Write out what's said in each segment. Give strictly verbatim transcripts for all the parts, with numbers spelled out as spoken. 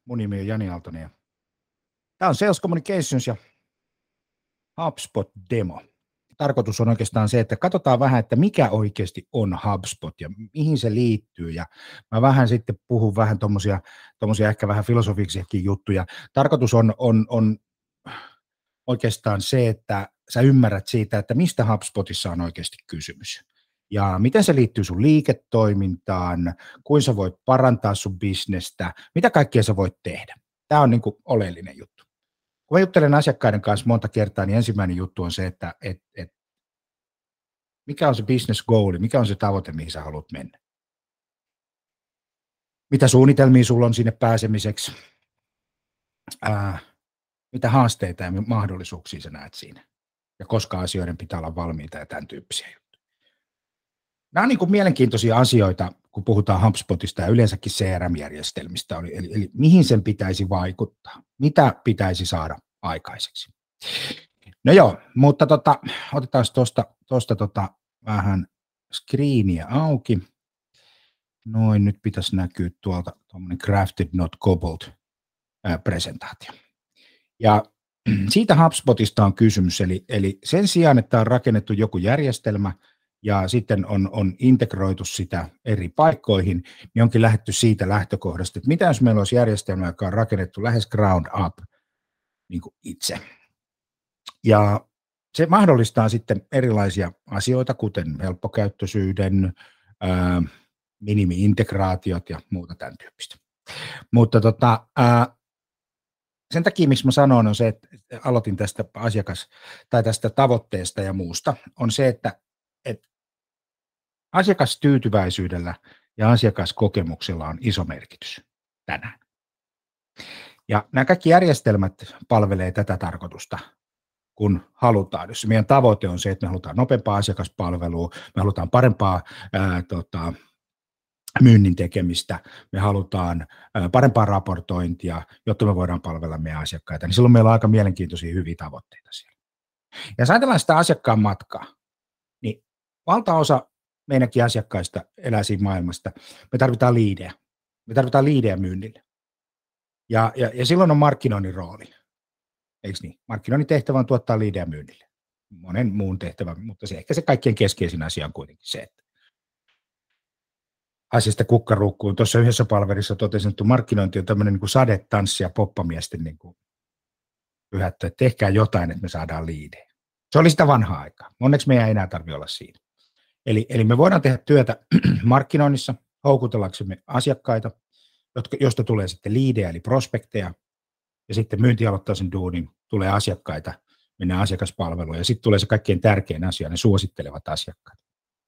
Mun nimi on Jani Aaltonen ja tämä on Sales Communications ja HubSpot-demo. Tarkoitus on oikeastaan se, että katsotaan vähän, että mikä oikeasti on HubSpot ja mihin se liittyy. Ja mä vähän sitten puhun vähän tommosia, tommosia ehkä vähän filosofisiakin juttuja. Tarkoitus on, on, on oikeastaan se, että sä ymmärrät siitä, että mistä HubSpotissa on oikeasti kysymys. Ja miten se liittyy sun liiketoimintaan, kuinka sä voit parantaa sun bisnestä, mitä kaikkea sä voit tehdä. Tämä on niin kuin oleellinen juttu. Kun mä juttelen asiakkaiden kanssa monta kertaa, niin ensimmäinen juttu on se, että et, et, mikä on se business goal, mikä on se tavoite, mihin sä haluat mennä. Mitä suunnitelmia sulla on sinne pääsemiseksi, Ää, mitä haasteita ja mahdollisuuksia sä näet siinä, ja koska asioiden pitää olla valmiita ja tämän tyyppisiä juttuja. Nämä on niin kuin mielenkiintoisia asioita, kun puhutaan HubSpotista ja yleensäkin C R M-järjestelmistä, eli, eli, eli mihin sen pitäisi vaikuttaa, mitä pitäisi saada aikaiseksi. No joo, mutta tota, otetaan tuosta tosta tota vähän screeniä auki. Noin, nyt pitäisi näkyä tuolta tuommoinen crafted not cobbled ää, presentaatio. Ja siitä HubSpotista on kysymys, eli, eli sen sijaan, että on rakennettu joku järjestelmä, ja sitten on, on integroitu sitä eri paikkoihin, niin onkin lähdetty siitä lähtökohdasta, että mitä jos meillä olisi järjestelmä, joka on rakennettu lähes ground up niin kuin itse. Ja se mahdollistaa sitten erilaisia asioita, kuten helppokäyttöisyyden, ää, minimi-integraatiot ja muuta tämän tyyppistä. Mutta tota, ää, sen takia, miksi mä sanon, on se, että aloitin tästä asiakas- tai tästä tavoitteesta ja muusta, on se, että että asiakastyytyväisyydellä ja asiakaskokemuksella on iso merkitys tänään. Ja nämä kaikki järjestelmät palvelee tätä tarkoitusta, kun halutaan. Jos meidän tavoite on se, että me halutaan nopeampaa asiakaspalvelua, me halutaan parempaa ää, tota, myynnin tekemistä, me halutaan ää, parempaa raportointia, jotta me voidaan palvella meidän asiakkaita, niin silloin meillä on aika mielenkiintoisia hyviä tavoitteita siellä. Ja jos ajatellaan sitä asiakkaan matkaa, niin valtaosa meidänkin asiakkaista elää siinä maailmasta. Me tarvitaan liidejä. Me tarvitaan liidejä myynnille. Ja, ja, ja silloin on markkinoinnin rooli. Eikö niin? Markkinoinnin tehtävä on tuottaa liidejä myynnille. Monen muun tehtävä, mutta se ehkä se kaikkein keskeisin asia on kuitenkin se, että asiasta kukkaruukkuun. Tuossa yhdessä palvelissa totesin, että markkinointi on tämmöinen niin kuin sadetanssi ja poppamiesten niin kuin pyhättö, että tehkää jotain, että me saadaan liidejä. Se oli sitä vanhaa aikaa. Onneksi meidän ei enää tarvitse olla siinä. Eli, eli me voidaan tehdä työtä markkinoinnissa, houkutellaksemme asiakkaita, jotka, josta tulee sitten liidejä eli prospekteja, ja sitten myynti aloittaa sen duunin, tulee asiakkaita, mennään asiakaspalveluun, ja sitten tulee se kaikkein tärkein asia, ne suosittelevat asiakkaat,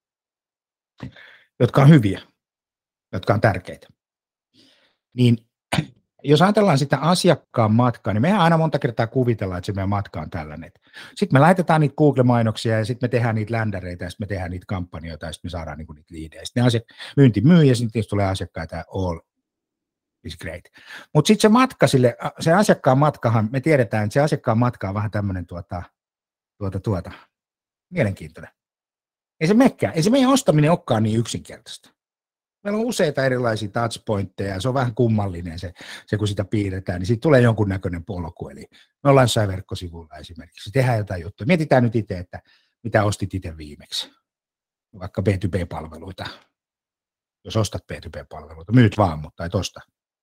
jotka on hyviä, jotka on tärkeitä. Niin jos ajatellaan sitä asiakkaan matkaa, niin mehän aina monta kertaa kuvitellaan, että se meidän matka on tällainen. Sitten me laitetaan niitä Google-mainoksia ja sitten me tehdään niitä ländäreitä ja sitten me tehdään niitä kampanjoita ja sitten me saadaan niinku niitä liidejä. Sitten ne asiak- myynti myy ja sitten tulee asiakkaita ja all is great. Mutta sitten se matka sille, se asiakkaan matkahan, me tiedetään, että se asiakkaan matka on vähän tämmöinen tuota, tuota, tuota, mielenkiintoinen. Ei se mekään, ei se meidän ostaminen olekaan niin yksinkertaista. Meillä on useita erilaisia touchpointteja ja se on vähän kummallinen se, se kun sitä piirretään, niin siitä tulee jonkunnäköinen polku. Eli me ollaan jossain verkkosivuilla esimerkiksi, tehdään jotain juttuja. Mietitään nyt itse, että mitä ostit itse viimeksi, vaikka B two B-palveluita. Jos ostat B two B-palveluita, myyt vaan, mutta et osta.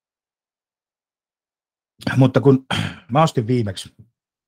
Mutta kun mä ostin viimeksi,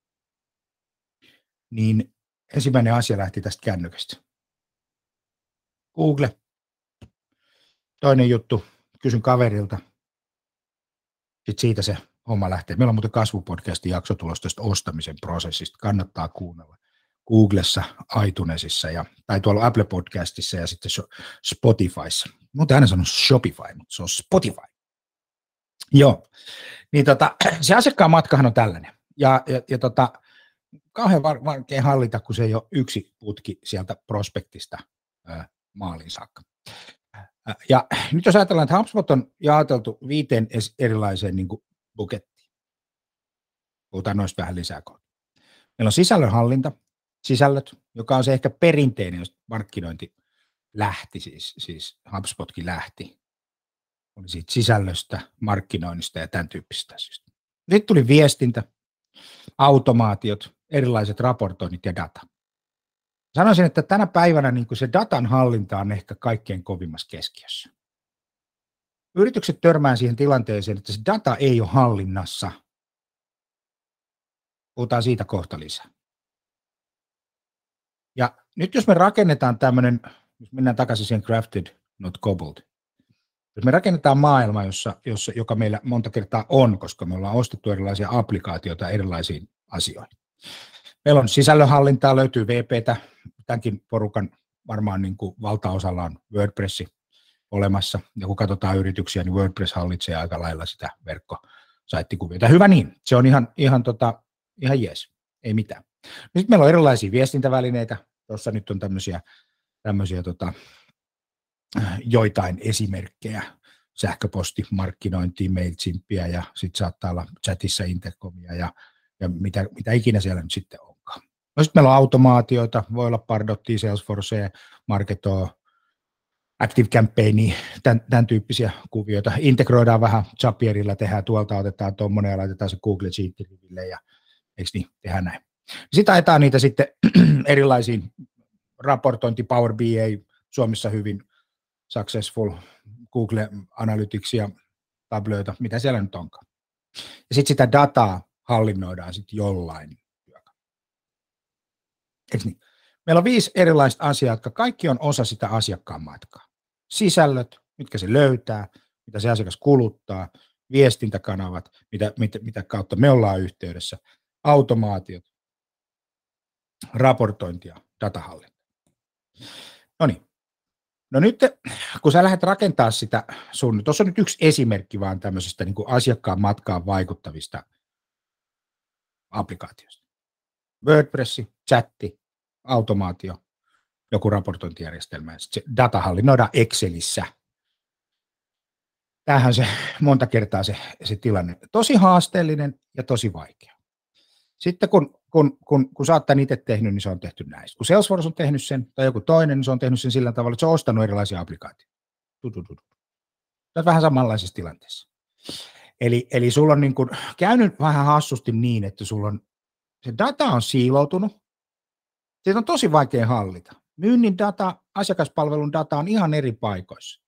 niin ensimmäinen asia lähti tästä kännykästä. Google. Toinen juttu, kysyn kaverilta. Sitten siitä se homma lähtee. Meillä on muuten kasvupodcastin jakso tulossa tästä ostamisen prosessista. Kannattaa kuunnella Googlessa, iTunesissa ja, tai tuolla Apple Podcastissa ja sitten Spotifyssa. Muuten aina sanonut Shopify, mutta se on Spotify. Joo, niin tota, se asiakkaan matkahan on tällainen. Ja, ja, ja tota, kauhean vaikea hallita, kun se ei ole yksi putki sieltä prospektista ää, maaliin saakka. Ja nyt jos ajatellaan, että HubSpot on jaoteltu viiteen erilaiseen niin kuin bukettiin. Puhutaan noista vähän lisää kohta. Meillä on sisällönhallinta, sisällöt, joka on se ehkä perinteinen, jos markkinointi lähti, siis, siis HubSpotkin lähti. oli siitä sisällöstä, markkinoinnista ja tämän tyyppisistä asioista. Sitten tuli viestintä, automaatiot, erilaiset raportoinnit ja data. Sanoisin, että tänä päivänä niin kuin se datan hallinta on ehkä kaikkein kovimmassa keskiössä. Yritykset törmää siihen tilanteeseen, että se data ei ole hallinnassa. Puhutaan siitä kohta lisää. Ja nyt jos me rakennetaan tämmöinen, jos mennään takaisin siihen crafted, not cobbled. Jos me rakennetaan maailma, jossa, jossa, joka meillä monta kertaa on, koska me ollaan ostettu erilaisia applikaatioita erilaisiin asioihin. Meillä on sisällönhallintaa, löytyy V P:tä, tämänkin porukan varmaan niin kuin valtaosalla on WordPressi olemassa, ja kun katsotaan yrityksiä, niin WordPress hallitsee aika lailla sitä verkkosaittikuviota. Hyvä niin, se on ihan, ihan, tota, ihan jees, ei mitään. Sitten meillä on erilaisia viestintävälineitä, tuossa nyt on tämmöisiä, tämmöisiä tota, joitain esimerkkejä, sähköposti, markkinointi, MailChimpia ja sitten saattaa olla chatissa Intercomia ja, ja mitä, mitä ikinä siellä nyt sitten onkaan. No sitten meillä on automaatioita, voi olla Pardottia, Salesforcea, Marketoa, Active Campaignia, tämän, tämän tyyppisiä kuvioita. Integroidaan vähän Zapierilla, tehdään tuolta, otetaan tuommoinen ja laitetaan se Google Sheet-riville ja eikö niin, tehdään näin. Sitten ajetaan niitä sitten erilaisiin raportointi, Power B I, Suomessa hyvin successful, Google Analyticsia, Tableauta, mitä siellä nyt onkaan. Ja sitten sitä dataa hallinnoidaan sitten jollain työkalulla. Eikö niin? Meillä on viisi erilaista asiaa, jotka kaikki on osa sitä asiakkaan matkaa. Sisällöt, mitkä se löytää, mitä se asiakas kuluttaa, viestintäkanavat, mitä, mitä, mitä kautta me ollaan yhteydessä, automaatiot, raportointi ja datahallinta. No niin. No nyt, kun sä lähdet rakentamaan sitä sun, tuossa on nyt yksi esimerkki vaan tämmöisestä niin kuin asiakkaan matkaan vaikuttavista applikaatioista. WordPressi, chatti, automaatio, joku raportointijärjestelmä ja sitten se data hallinnoidaan Excelissä. Tämähän se monta kertaa se, se tilanne. Tosi haasteellinen ja tosi vaikea. Sitten kun, kun, kun, kun sä oot tämän itse tehnyt, niin se on tehty näin. Kun Salesforce on tehnyt sen tai joku toinen, niin se on tehnyt sen sillä tavalla, että se on ostanut erilaisia applikaatioita. Sä oot vähän samanlaisessa tilanteessa. Eli, eli sulla on niin kuin käynyt vähän hassusti niin, että sulla on, se data on siiloutunut. Siitä on tosi vaikea hallita. Myynnin data, asiakaspalvelun data on ihan eri paikoissa.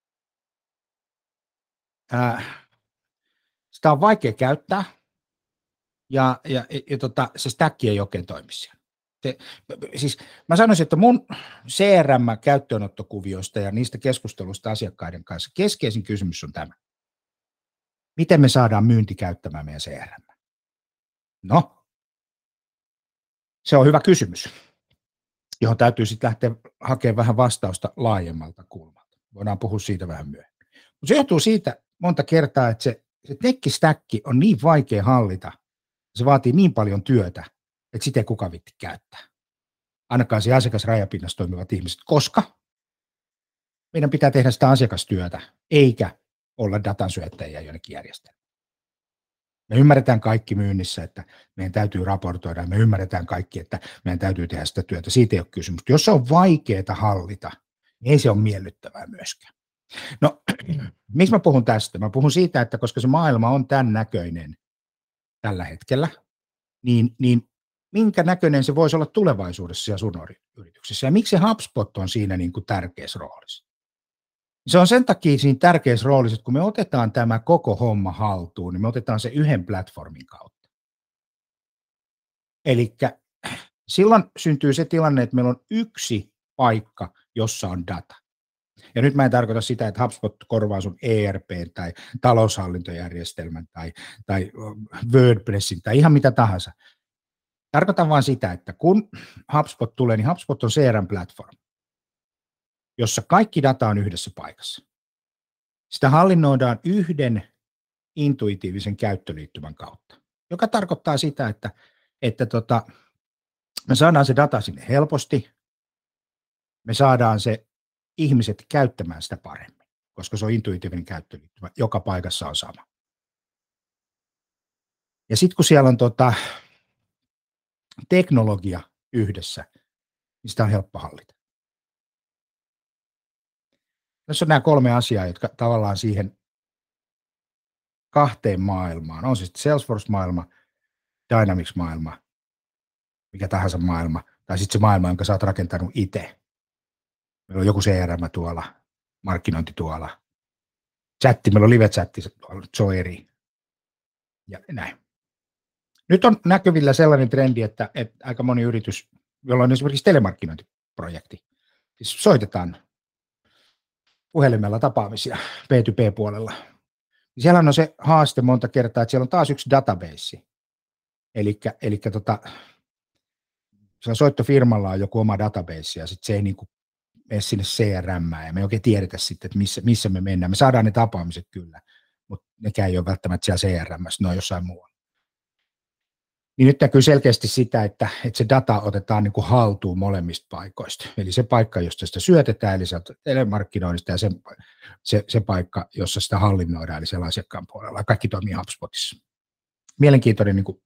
Ää, sitä on vaikea käyttää. Ja, ja, ja, ja tota, se stack ei oikein toimi siellä. Se, siis mä sanoisin, että mun C R M-käyttöönottokuvioista ja niistä keskusteluista asiakkaiden kanssa keskeisin kysymys on tämä. Miten me saadaan myynti käyttämään meidän C R M? No, se on hyvä kysymys, johon täytyy sitten lähteä hakemaan vähän vastausta laajemmalta kulmalta. Voidaan puhua siitä vähän myöhemmin. Mutta se johtuu siitä monta kertaa, että se, se tech-stack on niin vaikea hallita, se vaatii niin paljon työtä, että sitä ei kukaan viitti käyttää. Ainakaan se asiakasrajapinnassa toimivat ihmiset, koska meidän pitää tehdä sitä asiakastyötä, eikä olla datan syöttäjiä jonnekin järjestelmään. Me ymmärretään kaikki myynnissä, että meidän täytyy raportoida, me ymmärretään kaikki, että meidän täytyy tehdä sitä työtä. Siitä ei ole kysymys. Jos se on vaikeaa hallita, niin ei se ole miellyttävää myöskään. No, miksi mä puhun tästä? Mä puhun siitä, että koska se maailma on tämän näköinen tällä hetkellä, niin, niin minkä näköinen se voisi olla tulevaisuudessa siellä sun yrityksessä? Ja miksi HubSpot on siinä niin kuin tärkeässä roolissa? Se on sen takia siinä tärkeässä roolissa, että kun me otetaan tämä koko homma haltuun, niin me otetaan se yhden platformin kautta. Eli silloin syntyy se tilanne, että meillä on yksi paikka, jossa on data. Ja nyt mä en tarkoita sitä, että HubSpot korvaa sun E R P tai taloushallintojärjestelmän tai, tai WordPressin tai ihan mitä tahansa. Tarkoitan vaan sitä, että kun HubSpot tulee, niin HubSpot on C R M-platform, jossa kaikki data on yhdessä paikassa. Sitä hallinnoidaan yhden intuitiivisen käyttöliittymän kautta, joka tarkoittaa sitä, että, että tota, me saadaan se data sinne helposti, me saadaan se ihmiset käyttämään sitä paremmin, koska se on intuitiivinen käyttöliittymä, joka paikassa on sama. Ja sitten kun siellä on tota, teknologia yhdessä, niin sitä on helppo hallita. Tässä on nämä kolme asiaa, jotka tavallaan siihen kahteen maailmaan. On se sitten Salesforce-maailma, Dynamics-maailma, mikä tahansa maailma, tai sitten se maailma, jonka sä oot rakentanut itse. Meillä on joku C R M tuolla, markkinointi tuolla, chatti, meillä on live-chatti tuolla, se on eri. Ja näin. Nyt on näkyvillä sellainen trendi, että, että aika moni yritys, jolla on esimerkiksi telemarkkinointiprojekti, siis soitetaan puhelimella tapaamisia B to B-puolella. Siellä on se haaste monta kertaa, että siellä on taas yksi database. Eli tota, siellä soittofirmalla on joku oma database ja sitten se ei niinku mene sinne C R M ja me ei oikein tiedetä sitten, että missä, missä me mennään. Me saadaan ne tapaamiset kyllä, mutta nekään ei ole välttämättä siellä C R M:ssä, ne on jossain muualla. Niin nyt näkyy selkeästi sitä, että, että se data otetaan niin kuin haltuun molemmista paikoista. Eli se paikka, josta sitä syötetään, eli sieltä telemarkkinoinnista, ja se, se, se paikka, jossa sitä hallinnoidaan, eli siellä asiakkaan puolella. Kaikki toimii HubSpotissa. Mielenkiintoinen niin kuin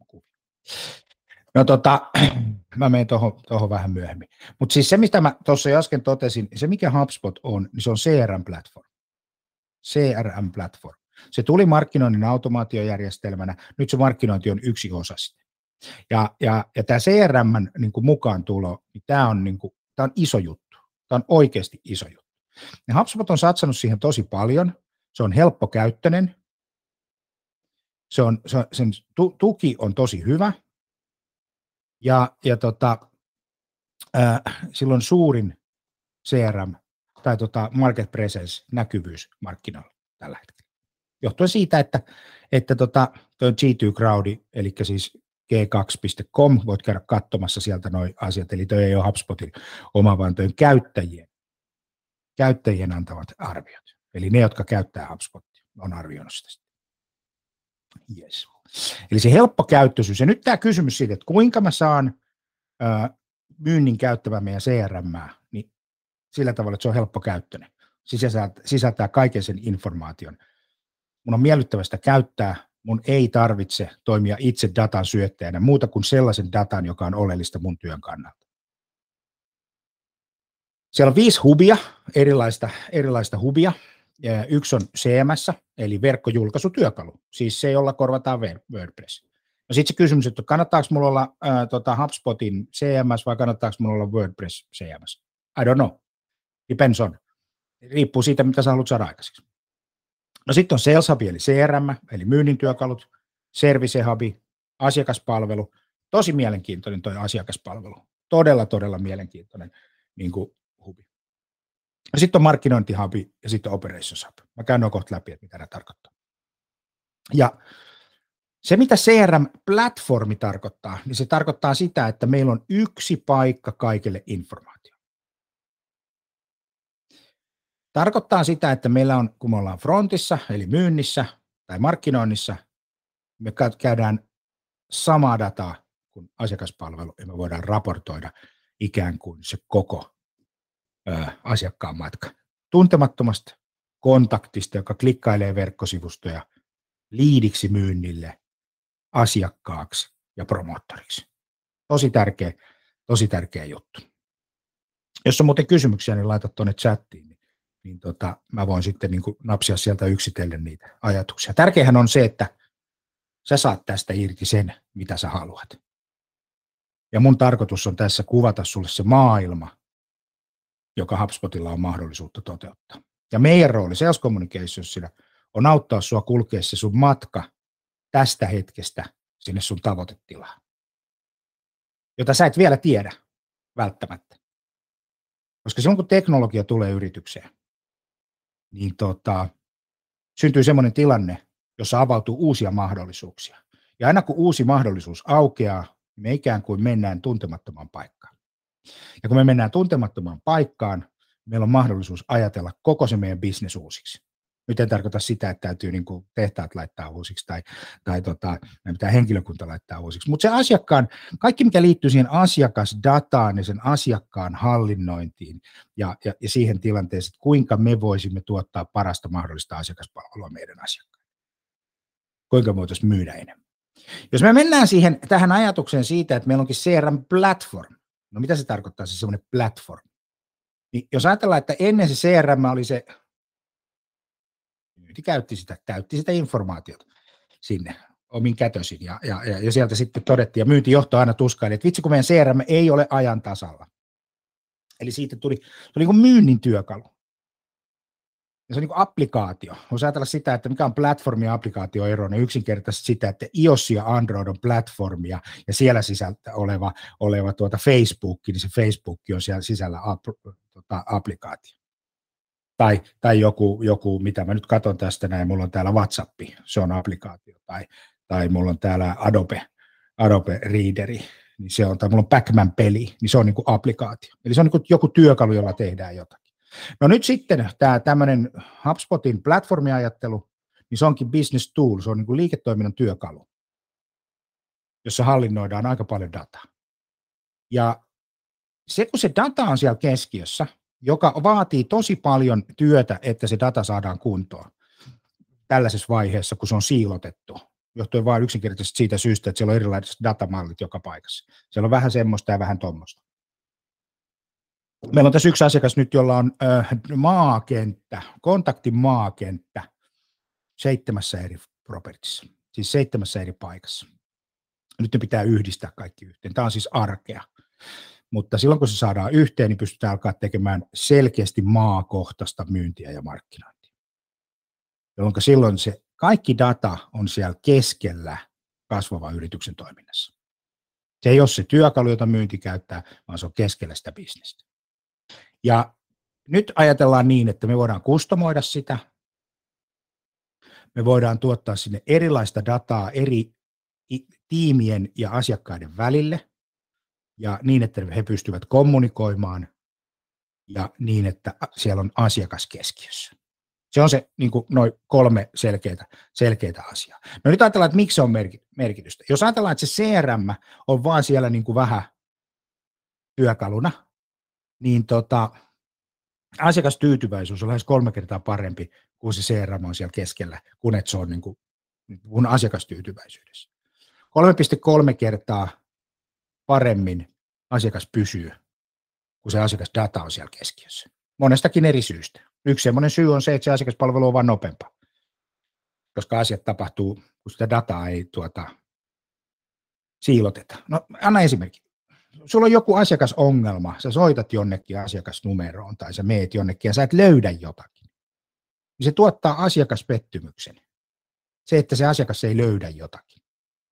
No tota, mä menen tuohon vähän myöhemmin. Mutta siis se, mistä mä tuossa äsken totesin, se mikä HubSpot on, niin se on C R M-platform. C R M-platform. Se tuli markkinoinnin automaatiojärjestelmänä, nyt se markkinointi on yksi osa sitä. Ja, ja, ja tämä C R M:n niin kuin mukaan tulo, niin tämä on, niin kuin, tämä on iso juttu. Tämä on oikeasti iso juttu. Ja HubSpot on satsannut siihen tosi paljon. Se on helppokäyttöinen. Se on, se, sen tuki on tosi hyvä. Ja, ja tota, äh, silloin suurin C R M tai tota market presence, näkyvyys markkinoilla tällä hetkellä. Johtuen siitä, että, että tota, tuo G two Crowdi, eli siis G kaksi piste com, voit käydä katsomassa sieltä nuo asiat, eli tuo ei ole HubSpotin oma, vaan tuo käyttäjien, käyttäjien antavat arviot. Eli ne, jotka käyttää HubSpotia, on arvioinut sitä. Yes. Eli se helppokäyttöisyys. Ja nyt tämä kysymys siitä, että kuinka mä saan ää, myynnin käyttämään meidän C R M:ää, niin sillä tavalla, että se on helppokäyttöinen. Sisältää, sisältää kaiken sen informaation. Mun on miellyttävä sitä käyttää. Mun ei tarvitse toimia itse datan syöttäjänä muuta kuin sellaisen datan, joka on oleellista mun työn kannalta. Siellä on viisi hubia, erilaista, erilaista hubia. Yksi on C M S, eli verkkojulkaisutyökalu, siis se, jolla korvataan WordPress. No sitten se kysymys, että kannattaako mulla olla ää, tota HubSpotin C M S vai kannattaako mulla olla WordPress C M S? I don't know. Depends on. Riippuu siitä, mitä sä haluat saada aikaiseksi. No sitten on Sales Hub, eli C R M, eli myynnin työkalut, Service Hub, asiakaspalvelu. Tosi mielenkiintoinen toi asiakaspalvelu. Todella, todella mielenkiintoinen niin kuin hubi. Ja sitten on markkinointihubi ja sitten on operations hub. Mä käyn nuo kohta läpi, että mitä nämä tarkoittaa. Ja se, mitä C R M-platformi tarkoittaa, niin se tarkoittaa sitä, että meillä on yksi paikka kaikille informaatio. Tarkoittaa sitä, että meillä on, kun me ollaan frontissa, eli myynnissä tai markkinoinnissa, me käydään samaa dataa kuin asiakaspalvelu, ja me voidaan raportoida ikään kuin se koko asiakkaan matka. Tuntemattomasta kontaktista, joka klikkailee verkkosivustoja liidiksi myynnille, asiakkaaksi ja promoottoriksi. Tosi tärkeä, tosi tärkeä juttu. Jos on muuten kysymyksiä, niin laita tuonne chattiin, niin, niin tota, mä voin sitten niin kuin napsia sieltä yksitellen niitä ajatuksia. Tärkeähän on se, että sä saat tästä irti sen, mitä sä haluat. Ja mun tarkoitus on tässä kuvata sulle se maailma, joka HubSpotilla on mahdollisuutta toteuttaa. Ja meidän rooli Sales Communicationsilla on auttaa sua kulkea se sun matka tästä hetkestä sinne sun tavoitetilaan, jota sä et vielä tiedä välttämättä. Koska silloin kun teknologia tulee yritykseen, niin tota, syntyy semmoinen tilanne, jossa avautuu uusia mahdollisuuksia. Ja aina kun uusi mahdollisuus aukeaa, me ikään kuin mennään tuntemattomaan paikkaan. Ja kun me mennään tuntemattomaan paikkaan, meillä on mahdollisuus ajatella koko se meidän business uusiksi. Nyt en tarkoita sitä, että täytyy niin kuin tehtaat laittaa uusiksi tai, tai tota, pitää henkilökunta laittaa uusiksi. Mutta se asiakkaan, kaikki mikä liittyy siihen asiakasdataan ja sen asiakkaan hallinnointiin ja, ja, ja siihen tilanteeseen, että kuinka me voisimme tuottaa parasta mahdollista asiakaspalvelua meidän asiakkaille. Kuinka me voitaisiin myydä enemmän. Jos me mennään siihen, tähän ajatukseen siitä, että meillä onkin C R M-platform, no mitä se tarkoittaa, se semmoinen platform? Niin jos ajatellaan, että ennen se C R M oli se, myynti käytti sitä, täytti sitä informaatiota. sinne omin kätösin. Ja, ja, ja sieltä sitten todettiin, ja myyntijohto aina tuskaili, että vitsi kun meidän C R M ei ole ajan tasalla. Eli siitä tuli, tuli niin kuin myynnin työkalu. Ja se on niin kuin applikaatio. Voisi ajatella sitä, että mikä on platformi- ja applikaatioero, niin yksinkertaisesti sitä, että iOS ja Android on platformia, ja siellä sisältä oleva, oleva tuota Facebook, niin se Facebook on siellä sisällä app, tuota, applikaatio. Tai, tai joku, joku, mitä mä nyt katson tästä näin, mulla on täällä WhatsApp, se on applikaatio, tai, tai mulla on täällä Adobe, Adobe Readeri, niin se on, tai mulla on Pac-Man-peli, niin se on niin kuin applikaatio. Eli se on niin kuin joku työkalu, jolla tehdään jotakin. No nyt sitten tämä tämmöinen HubSpotin platformiajattelu, niin se onkin business tool, se on niin kuin liiketoiminnan työkalu, jossa hallinnoidaan aika paljon dataa. Ja se, kun se data on siellä keskiössä, joka vaatii tosi paljon työtä, että se data saadaan kuntoon tällaisessa vaiheessa, kun se on siilotettu, johtuen vain yksinkertaisesti siitä syystä, että siellä on erilaiset datamallit joka paikassa. Siellä on vähän semmoista ja vähän tuommoista. Meillä on tässä yksi asiakas nyt, jolla on äh, maakenttä, kontaktin maakenttä seitsemässä eri propertissa, siis seitsemässä eri paikassa. Nyt ne pitää yhdistää kaikki yhteen. Tämä on siis arkea. Mutta silloin kun se saadaan yhteen, niin pystytään alkaa tekemään selkeästi maakohtaista myyntiä ja markkinointia. Jolloin silloin se kaikki data on siellä keskellä kasvavan yrityksen toiminnassa. Se ei ole se työkalu, jota myynti käyttää, vaan se on keskellä sitä bisnestä. Ja nyt ajatellaan niin, että me voidaan kustomoida sitä, me voidaan tuottaa sinne erilaista dataa eri tiimien ja asiakkaiden välille, ja niin, että he pystyvät kommunikoimaan, ja niin, että siellä on asiakas keskiössä. Se on se niin kuin noin kolme selkeää, selkeää asiaa. No nyt ajatellaan, että miksi se on merkitystä. Jos ajatellaan, että se C R M on vaan siellä niin kuin vähän työkaluna, niin tota, asiakastyytyväisyys on lähes kolme kertaa parempi kuin se C R M on siellä keskellä, kun et se on niin kuin, kun asiakastyytyväisyydessä. kolme pilkku kolme kertaa paremmin asiakas pysyy, kun se asiakasdata on siellä keskiössä. Monestakin eri syystä. Yksi semmoinen syy on se, että se asiakaspalvelu on vaan nopeampaa, koska asiat tapahtuu, kun sitä dataa ei tuota, siiloteta. No, anna esimerkki. Sulla on joku asiakasongelma, sä soitat jonnekin asiakasnumeroon tai sä meet jonnekin ja sä et löydä jotakin. Se tuottaa asiakaspettymyksen. Se, että se asiakas ei löydä jotakin.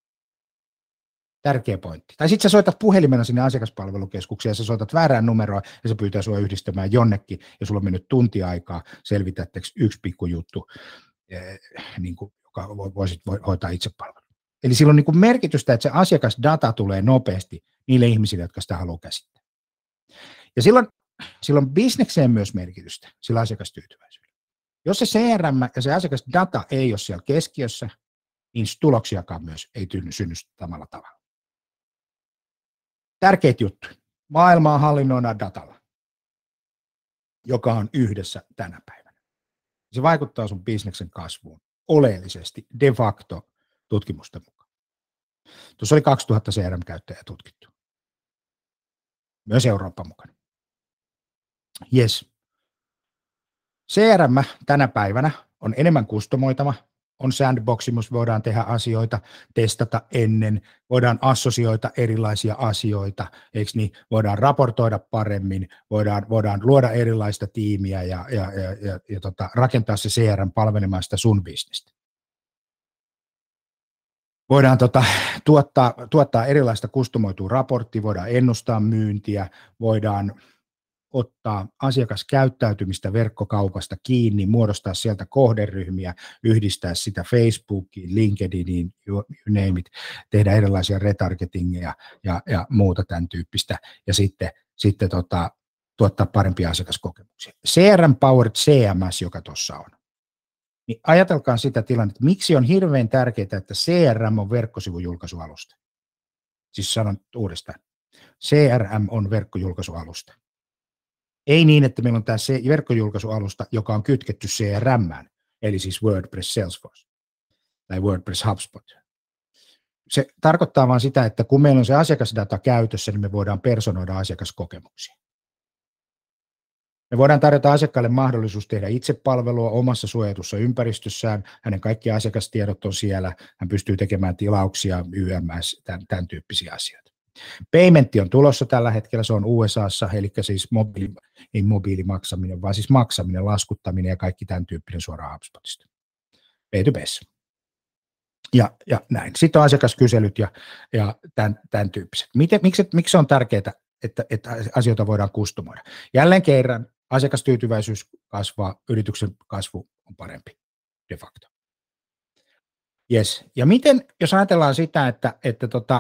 Tärkeä pointti. Tai sitten sä soitat puhelimena sinne asiakaspalvelukeskukseen ja sä soitat väärään numeroon ja se pyytää sua yhdistämään jonnekin ja sulla on mennyt tunti aikaa selvitätteeksi yksi pikkujuttu, eh, niin kuin, joka voisit hoitaa itsepalvelun. Eli sillä on niin kuin merkitystä, että se asiakasdata tulee nopeasti niille ihmisille, jotka sitä haluaa käsittää. Ja silloin, silloin bisnekseen myös merkitystä, sillä asiakastyytyväisyydellä. Jos se C R M ja se asiakasdata ei ole siellä keskiössä, niin tuloksiakaan myös ei synny samalla tavalla. Tärkeitä juttuja. Maailmaa hallinnoidaan datalla, joka on yhdessä tänä päivänä. Se vaikuttaa sun bisneksen kasvuun oleellisesti de facto tutkimusten mukaan. Tuossa oli kaksituhatta C R M-käyttäjää tutkittu. Myös Eurooppa mukana. Yes. C R M tänä päivänä on enemmän kustomoitava. On sandboxi, missä voidaan tehdä asioita, testata ennen, voidaan assosioida erilaisia asioita, eikö niin? Voidaan raportoida paremmin, voidaan, voidaan luoda erilaista tiimiä ja, ja, ja, ja, ja tota, rakentaa se C R M palvelemaan sitä sun bisnestä. Voidaan tota, tuottaa, tuottaa erilaista kustomoitua raporttia, voidaan ennustaa myyntiä, voidaan ottaa asiakaskäyttäytymistä verkkokaupasta kiinni, muodostaa sieltä kohderyhmiä, yhdistää sitä Facebookiin, LinkedIniin, you name it, tehdä erilaisia retargetingeja ja, ja muuta tämän tyyppistä, ja sitten, sitten tota, tuottaa parempia asiakaskokemuksia. C R M-powered C M S, joka tuossa on, niin ajatelkaa sitä tilannetta, miksi on hirveän tärkeää, että C R M on verkkosivujulkaisualusta. Siis sanon uudestaan, C R M on verkkojulkaisualusta. Ei niin, että meillä on tämä verkkojulkaisualusta, joka on kytketty C R M:ään, eli siis WordPress Salesforce tai WordPress HubSpot. Se tarkoittaa vain sitä, että kun meillä on se asiakasdata käytössä, niin me voidaan personoida asiakaskokemuksia. Me voidaan tarjota asiakkaalle mahdollisuus tehdä itsepalvelua omassa suojatussa ympäristössään. Hänen kaikki asiakastiedot on siellä. Hän pystyy tekemään tilauksia, Y M S, tämän, tämän tyyppisiä asioita. Paymentti on tulossa tällä hetkellä, se on U S A:ssa, eli siis mobiili, ei mobiilimaksaminen, vaan siis maksaminen, laskuttaminen ja kaikki tämän tyyppinen suoraan HubSpotista. B to B. Ja, ja näin. Sitten on asiakaskyselyt ja, ja tämän, tämän tyyppiset. Miten, miksi, miksi on tärkeää, että, että asioita voidaan kustomoida? Jälleen kerran asiakastyytyväisyys kasvaa, yrityksen kasvu on parempi de facto. Yes. Ja miten, jos ajatellaan sitä, että, että tota,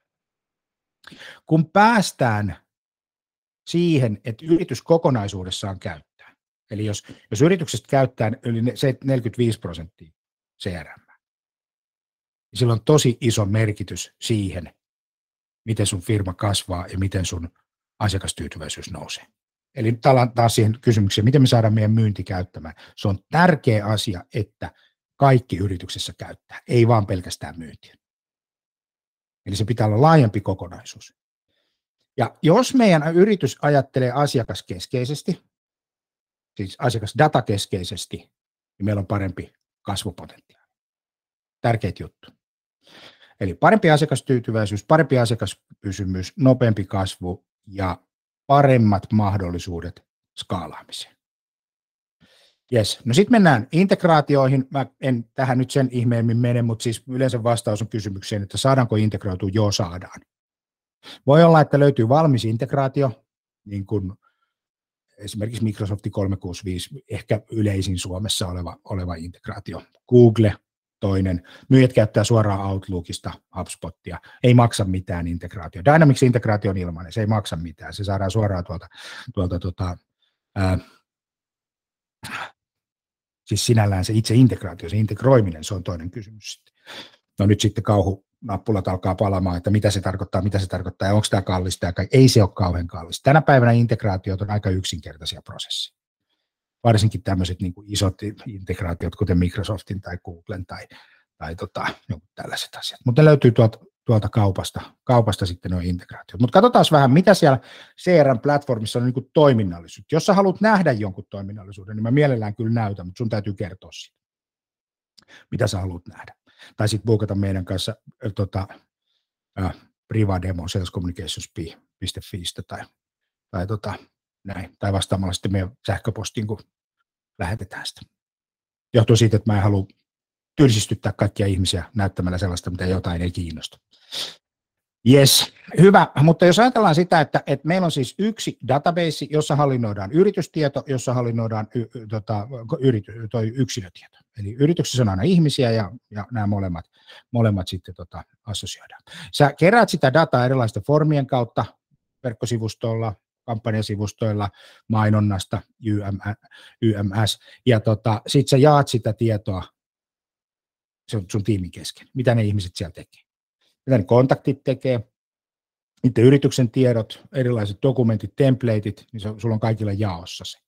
kun päästään siihen, että yritys kokonaisuudessaan käyttää, eli jos, jos yrityksestä käyttää yli neljäkymmentäviisi prosenttia C R M, niin sillä on tosi iso merkitys siihen, miten sun firma kasvaa ja miten sun asiakastyytyväisyys nousee. Eli taas siihen kysymykseen, miten me saadaan meidän myynti käyttämään. Se on tärkeä asia, että kaikki yrityksessä käyttää, ei vaan pelkästään myyntiä. Eli se pitää olla laajempi kokonaisuus. Ja jos meidän yritys ajattelee asiakaskeskeisesti, siis asiakasdatakeskeisesti, niin meillä on parempi kasvupotentiaali. Tärkeitä juttu. Eli parempi asiakastyytyväisyys, parempi asiakaspysymys, nopeampi kasvu ja paremmat mahdollisuudet skaalaamiseen. Yes. No sitten mennään integraatioihin. Mä en tähän nyt sen ihmeemmin mene, mutta siis yleensä vastaus on kysymykseen, että saadaanko integroitua? Joo, saadaan. Voi olla, että löytyy valmis integraatio, niin kuin esimerkiksi Microsoft kolmesataakuusikymmentäviisi, ehkä yleisin Suomessa oleva, oleva integraatio. Google, toinen. Myyjät käyttää suoraan Outlookista HubSpotia. Ei maksa mitään integraatio. Dynamics-integraatio on ilmainen, se ei maksa mitään. Se saadaan suoraan tuolta, tuolta tuota, ää, siis sinällään se itse integraatio, se integroiminen, se on toinen kysymys. No nyt sitten kauhunappulat alkaa palamaan, että mitä se tarkoittaa, mitä se tarkoittaa ja onko tämä kallista ja kaikki. Ei se ole kauhean kallista. Tänä päivänä integraatiot on aika yksinkertaisia prosesseja. Varsinkin tämmöiset niin kuin isot integraatiot, kuten Microsoftin tai Googlen tai, tai tota, tällaiset asiat. Mutta ne löytyy tuolta, tuolta kaupasta, kaupasta sitten nuo integraatiot. Mutta katsotaan vähän, mitä siellä C R M-platformissa on niin kuin toiminnallisuus. Jos sä haluat nähdä jonkun toiminnallisuuden, niin mä mielellään kyllä näytän, mutta sun täytyy kertoa siitä, mitä sä haluat nähdä. Tai sitten buukata meidän kanssa äh, tota, äh, priva-demo salescommunications piste fi tai, tai, tota, näin, tai vastaamalla sitten meidän sähköpostiin, kun lähetetään sitä. Johtuu siitä, että mä en halua tylsistyttää kaikkia ihmisiä näyttämällä sellaista, mitä jotain ei kiinnosta. Jes, hyvä, mutta jos ajatellaan sitä, että, että meillä on siis yksi database, jossa hallinnoidaan yritystieto, jossa hallinnoidaan y, tota, yrity, toi yksilötieto. Eli yrityksessä on aina ihmisiä ja, ja nämä molemmat, molemmat sitten tota, assosioidaan. Sä keräät sitä dataa erilaisten formien kautta verkkosivustolla, kampanjasivustoilla, mainonnasta, Y M S, ja tota, sitten sä jaat sitä tietoa sun, sun tiimin kesken, mitä ne ihmiset siellä tekee. Mitä ne kontaktit tekee, niiden yrityksen tiedot, erilaiset dokumentit, templateit, niin se, sulla on kaikilla jaossa se.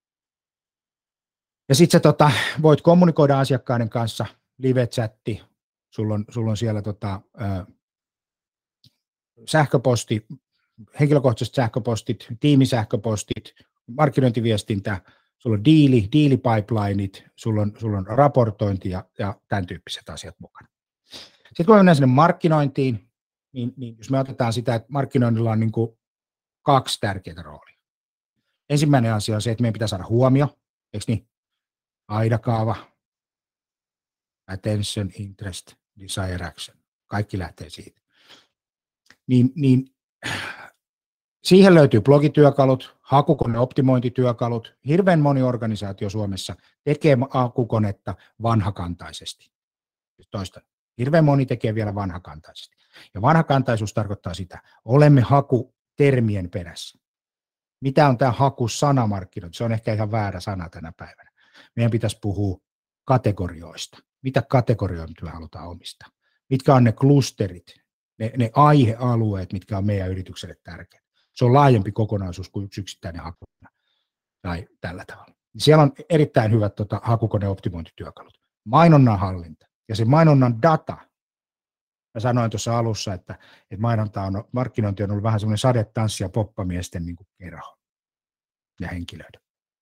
Ja sitten sä tota, voit kommunikoida asiakkaiden kanssa, live-chatti, sulla on, sulla on siellä tota, äh, sähköposti, henkilökohtaiset sähköpostit, tiimisähköpostit, markkinointiviestintä, sulla on diili, diilipiplineit, sulla on, sulla on raportointi ja, ja tämän tyyppiset asiat mukana. Sitten kun mennään sinne markkinointiin, niin, niin jos me otetaan sitä, että markkinoinnilla on niin kuin kaksi tärkeää roolia. Ensimmäinen asia on se, että meidän pitää saada huomio, eikö niin? Aidakaava, attention, interest, desire, action. Kaikki lähtee siitä. Niin, niin siihen löytyy blogityökalut, hakukoneoptimointityökalut. Hirveän moni organisaatio Suomessa tekee hakukonetta vanhakantaisesti. Toista. Hirveän moni tekee vielä vanhakantaisesti. Ja vanhakantaisuus tarkoittaa sitä, olemme hakutermien perässä. Mitä on tämä hakusanamarkkinointi? Se on ehkä ihan väärä sana tänä päivänä. Meidän pitäisi puhua kategorioista. Mitä kategorioita me halutaan omistaa? Mitkä on ne klusterit, ne, ne aihealueet, mitkä on meidän yritykselle tärkeitä? Se on laajempi kokonaisuus kuin yksi yksittäinen hakukone tai tällä tavalla. Siellä on erittäin hyvät tota, hakukoneoptimointityökalut. Mainonnan hallinta ja se mainonnan data. Mä sanoin tuossa alussa, että, että mainonta on, markkinointi on ollut vähän semmoinen sadetanssi ja poppamiesten niin kuin kerho. ja henkilöiden.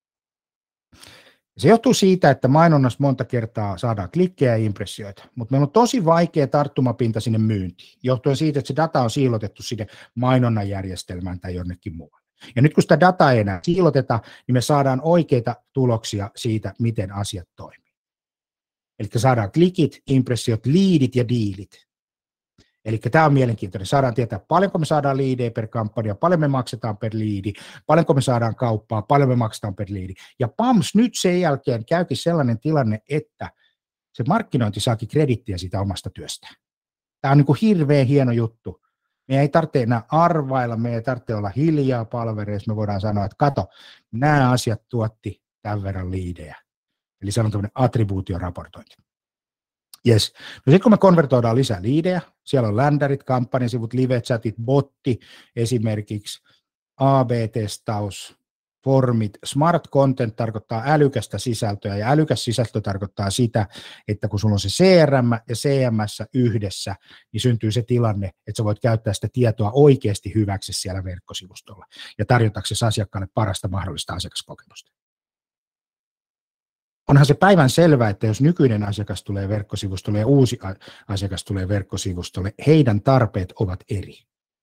Se johtuu siitä, että mainonnassa monta kertaa saadaan klikkejä ja impressioita, mutta meillä on tosi vaikea tarttumapinta sinne myyntiin, johtuen siitä, että se data on siilotettu sinne mainonnan järjestelmään tai jonnekin muualle. Ja nyt kun sitä dataa ei enää siiloteta, niin me saadaan oikeita tuloksia siitä, miten asiat toimii. Eli saadaan klikit, impressiot, liidit ja diilit. Eli tämä on mielenkiintoinen. Saadaan tietää, paljonko me saadaan liidejä per kampanja, paljon me maksetaan per liidi, paljonko me saadaan kauppaa, paljon me maksetaan per liidi. Ja pams, nyt sen jälkeen käykin sellainen tilanne, että se markkinointi saakin kredittiä siitä omasta työstään. Tämä on niin kuin hirveän hieno juttu. Me ei tarvitse enää arvailla, me ei tarvitse olla hiljaa palvereissa, me voidaan sanoa, että kato, nämä asiat tuotti tämän verran liidejä. Eli se on tämmöinen attribuutioraportointi. Yes. No sitten kun me konvertoidaan lisää liidejä, siellä on ländärit, kampanjasivut, live-chatit, botti esimerkiksi, A B-testaus, formit, smart content tarkoittaa älykästä sisältöä, ja älykäs sisältö tarkoittaa sitä, että kun sulla on se C R M ja C M S yhdessä, niin syntyy se tilanne, että sä voit käyttää sitä tietoa oikeasti hyväksi siellä verkkosivustolla, ja tarjotaksesi asiakkaalle parasta mahdollista asiakaskokemusta. Onhan se päivän selvää, että jos nykyinen asiakas tulee verkkosivustolle ja uusi asiakas tulee verkkosivustolle, heidän tarpeet ovat eri.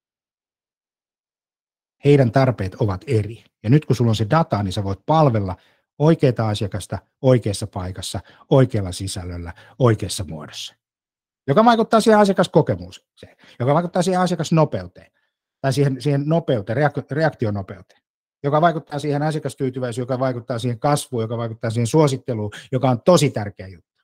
Heidän tarpeet ovat eri. Ja nyt kun sulla on se data, niin sä voit palvella oikeaa asiakasta oikeassa paikassa, oikealla sisällöllä, oikeassa muodossa. Joka vaikuttaa siihen asiakaskokemukseen, joka vaikuttaa siihen asiakasnopeuteen, tai siihen, siihen nopeuteen, reaktionopeuteen, joka vaikuttaa siihen asiakastyytyväisyyteen, joka vaikuttaa siihen kasvuun, joka vaikuttaa siihen suositteluun, joka on tosi tärkeä juttu.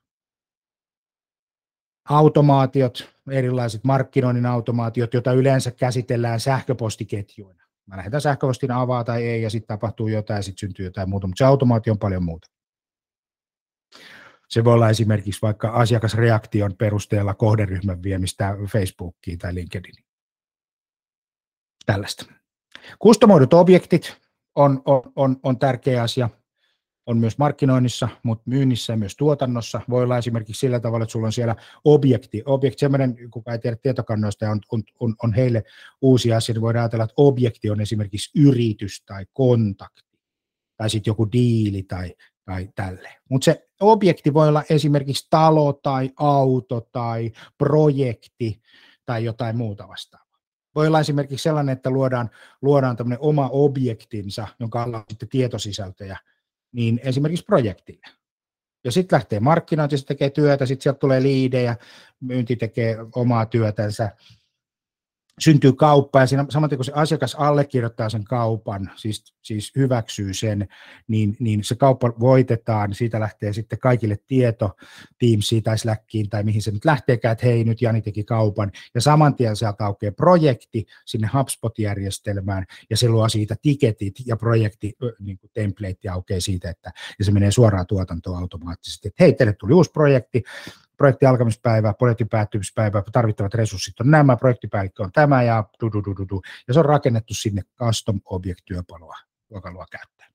Automaatiot, erilaiset markkinoinnin automaatiot, joita yleensä käsitellään sähköpostiketjuina. Mä lähdetään sähköpostin avaa tai ei, ja sitten tapahtuu jotain, ja sitten syntyy jotain muuta, mutta se automaatio on paljon muuta. Se voi olla esimerkiksi vaikka asiakasreaktion perusteella kohderyhmän viemistä Facebookiin tai LinkedIniin. Tällaista. Kustomoidut objektit on, on, on, on tärkeä asia. On myös markkinoinnissa, mutta myynnissä ja myös tuotannossa. Voi olla esimerkiksi sillä tavalla, että sulla on siellä objekti. Objekti, sellainen, kuka ei tiedä tietokannoista ja on, on, on, on heille uusia asioita, voidaan ajatella, että objekti on esimerkiksi yritys tai kontakti, tai sitten joku diili tai, tai tälleen. Mutta se objekti voi olla esimerkiksi talo tai auto tai projekti tai jotain muuta vastaavaa. Voi olla esimerkiksi sellainen, että luodaan, luodaan tämmöinen oma objektinsa, jonka alla on sitten tietosisältöjä, niin esimerkiksi projektille. Ja sitten lähtee markkinointi, se tekee työtä, sitten sieltä tulee liidejä, myynti tekee omaa työtänsä, syntyy kauppa, ja siinä samoin kun se asiakas allekirjoittaa sen kaupan, siis, siis hyväksyy sen, niin, niin se kauppa voitetaan, siitä lähtee sitten kaikille tieto Teamsiin tai Slackiin tai mihin se nyt lähteekään, että hei, nyt Jani teki kaupan, ja saman tien sieltä aukeaa projekti sinne HubSpot-järjestelmään, ja se luo siitä tiketit, ja projekti, niin kuin template aukeaa siitä, että ja se menee suoraan tuotantoon automaattisesti, että hei, teille tuli uusi projekti, projektin alkamispäivä, projektin päättymispäivä, tarvittavat resurssit on nämä, projektipäällikkö on tämä ja du-du-du-du-du. Ja se on rakennettu sinne custom object-työkalua työkalua käyttäen.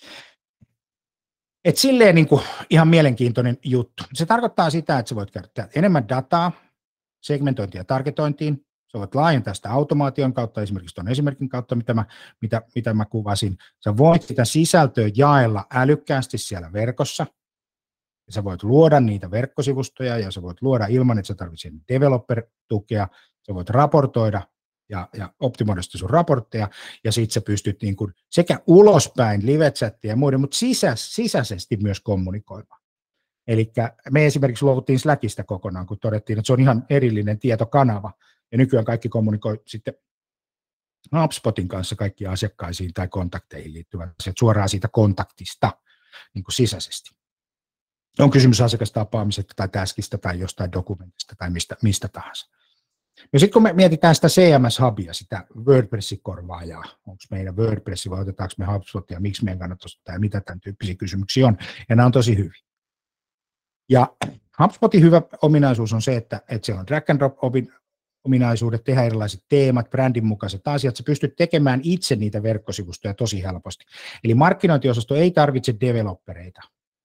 Et silleen niin kuin ihan mielenkiintoinen juttu. Se tarkoittaa sitä, että sä voit käyttää enemmän dataa segmentointiin ja targetointiin. Sä voit laajentaa sitä automaation kautta, esimerkiksi tuon esimerkin kautta, mitä mä, mitä, mitä mä kuvasin. Sä voit sitä sisältöä jaella älykkäästi siellä verkossa. Sä voit luoda niitä verkkosivustoja ja sä voit luoda ilman, että sä tarvitset developer-tukea. Sä voit raportoida ja, ja optimoida sun raportteja ja sit sä pystyt niin kuin sekä ulospäin live-chattia ja muiden, mutta sisäs, sisäisesti myös kommunikoimaan. Eli me esimerkiksi luovuttiin Slackista kokonaan, kun todettiin, että se on ihan erillinen tietokanava ja nykyään kaikki kommunikoi sitten HubSpotin kanssa kaikkiin asiakkaisiin tai kontakteihin liittyvät asiat suoraan siitä kontaktista niin kuin sisäisesti. On kysymys asiakastapaamisesta tai taskista tai jostain dokumentista tai mistä, mistä tahansa. Ja sitten kun me mietitään sitä C M S-hubia, sitä WordPressin korvaajaa, onko meidän WordPressi vai otetaanko me HubSpotia, miksi meidän kannattaisi ottaa ja mitä tämän tyyppisiä kysymyksiä on, ja nämä on tosi hyviä. Ja HubSpotin hyvä ominaisuus on se, että, että siellä on drag and drop ominaisuudet, tehdä erilaiset teemat, brändin mukaiset asiat, sä pystyt tekemään itse niitä verkkosivustoja tosi helposti. Eli markkinointiosasto ei tarvitse developereita.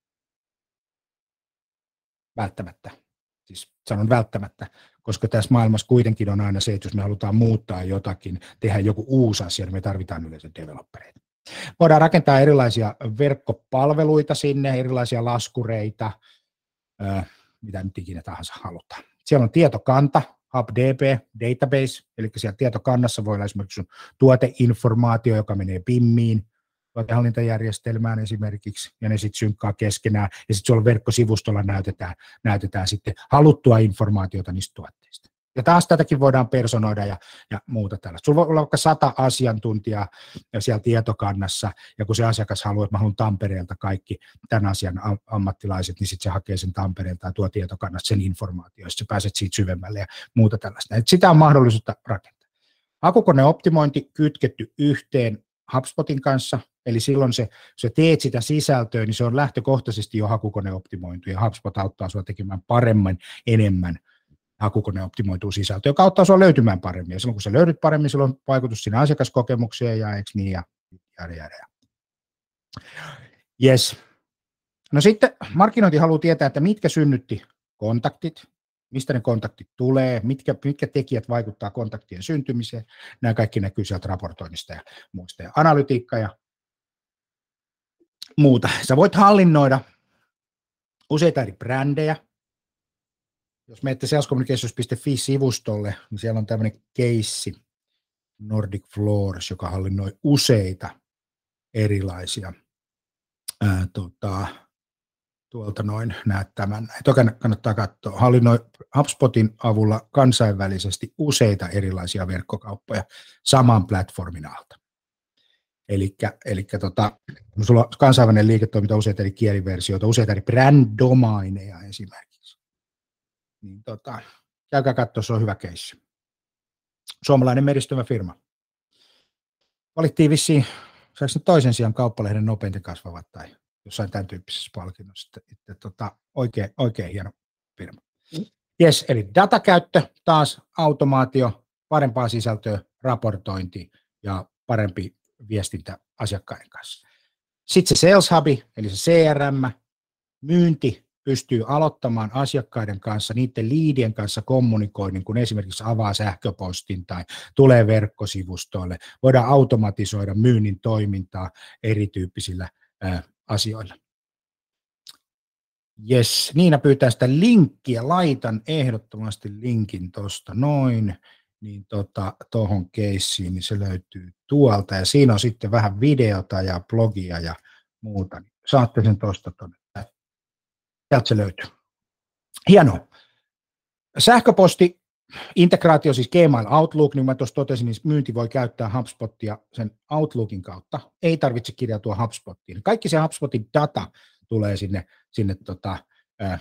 Välttämättä. Siis sanon välttämättä, koska tässä maailmassa kuitenkin on aina se, että jos me halutaan muuttaa jotakin, tehdä joku uusi asia, niin me tarvitaan yleensä developereita. Voidaan rakentaa erilaisia verkkopalveluita sinne, erilaisia laskureita, mitä nyt ikinä tahansa halutaan. Siellä on tietokanta, HubDB, database, eli siellä tietokannassa voi olla esimerkiksi sun tuoteinformaatio, joka menee B I Miin, tuotehallintajärjestelmään esimerkiksi, ja ne sitten synkkaa keskenään, ja sitten sulla verkkosivustolla näytetään, näytetään sitten haluttua informaatiota niistä tuotteista. Ja taas tätäkin voidaan personoida ja, ja muuta tällaista. Sulla voi olla vaikka sata asiantuntijaa siellä tietokannassa, ja kun se asiakas haluaa, että mä haluan Tampereelta kaikki tämän asian ammattilaiset, niin sitten se hakee sen Tampereelta ja tuo tietokannasta sen informaatio, jos sä pääset siitä syvemmälle ja muuta tällaista. Et sitä on mahdollisuutta rakentaa. Hakukoneoptimointi kytketty yhteen HubSpotin kanssa, eli silloin se, se teet sitä sisältöä, niin se on lähtökohtaisesti jo hakukoneoptimointu, ja HubSpot auttaa sinua tekemään paremmin, enemmän hakukoneoptimoituu sisältöä, joka auttaa sinua löytymään paremmin, ja silloin kun sä löydyt paremmin, silloin on vaikutus siinä asiakaskokemukseen, ja eikö niin, ja jäädä, jäädä. Yes. No sitten markkinointi haluaa tietää, että mitkä synnytti kontaktit, mistä ne kontaktit tulee, mitkä, mitkä tekijät vaikuttaa kontaktien syntymiseen. Nämä kaikki näkyy sieltä raportoinnista ja muista. Ja analytiikka ja muuta. Sä voit hallinnoida useita eri brändejä. Jos menette sales communications piste fi-sivustolle, niin siellä on tämmöinen keissi, Nordic Floors, joka hallinnoi useita erilaisia ää, tota, tuolta noin näet tämän. Toki kannattaa katsoa. Hallinnoi HubSpotin avulla kansainvälisesti useita erilaisia verkkokauppoja saman platformin alta. Elikkä, elikkä tota, sulla on kansainvälinen liiketoiminta, useita eri kieliversioita, useita eri brand-domaineja esimerkiksi. Niin tota, käykää katsoa, se on hyvä keissi. Suomalainen meristömä firma. Valittiin vissiin, saako nyt toisen sijaan Kauppalehden nopeiten kasvavat tai jossain tämän tyyppisessä palkinnossa. Että, että, tota, oikein, oikein hieno firma. Yes, eli datakäyttö, taas automaatio, parempaa sisältöä, raportointi ja parempi viestintä asiakkaiden kanssa. Sitten se Sales Hub, eli se C R M, myynti pystyy aloittamaan asiakkaiden kanssa, niiden liidien kanssa kommunikoinnin, kun esimerkiksi avaa sähköpostin tai tulee verkkosivustoille. Voidaan automatisoida myynnin toimintaa erityyppisillä ää, asioilla. Jes, Niina pyytää sitä linkkiä, laitan ehdottomasti linkin tuosta noin, niin tota, tuohon keissiin, niin se löytyy tuolta, ja siinä on sitten vähän videota ja blogia ja muuta. Saatte sen tuosta tuonne. Sieltä se löytyy. Hienoa. Sähköposti, integraatio, siis Gmail Outlook, niin mä tuossa totesin, niin myynti voi käyttää HubSpotia sen Outlookin kautta. Ei tarvitse kirjautua HubSpotiin. Kaikki se HubSpotin data tulee sinne, sinne tota, ää,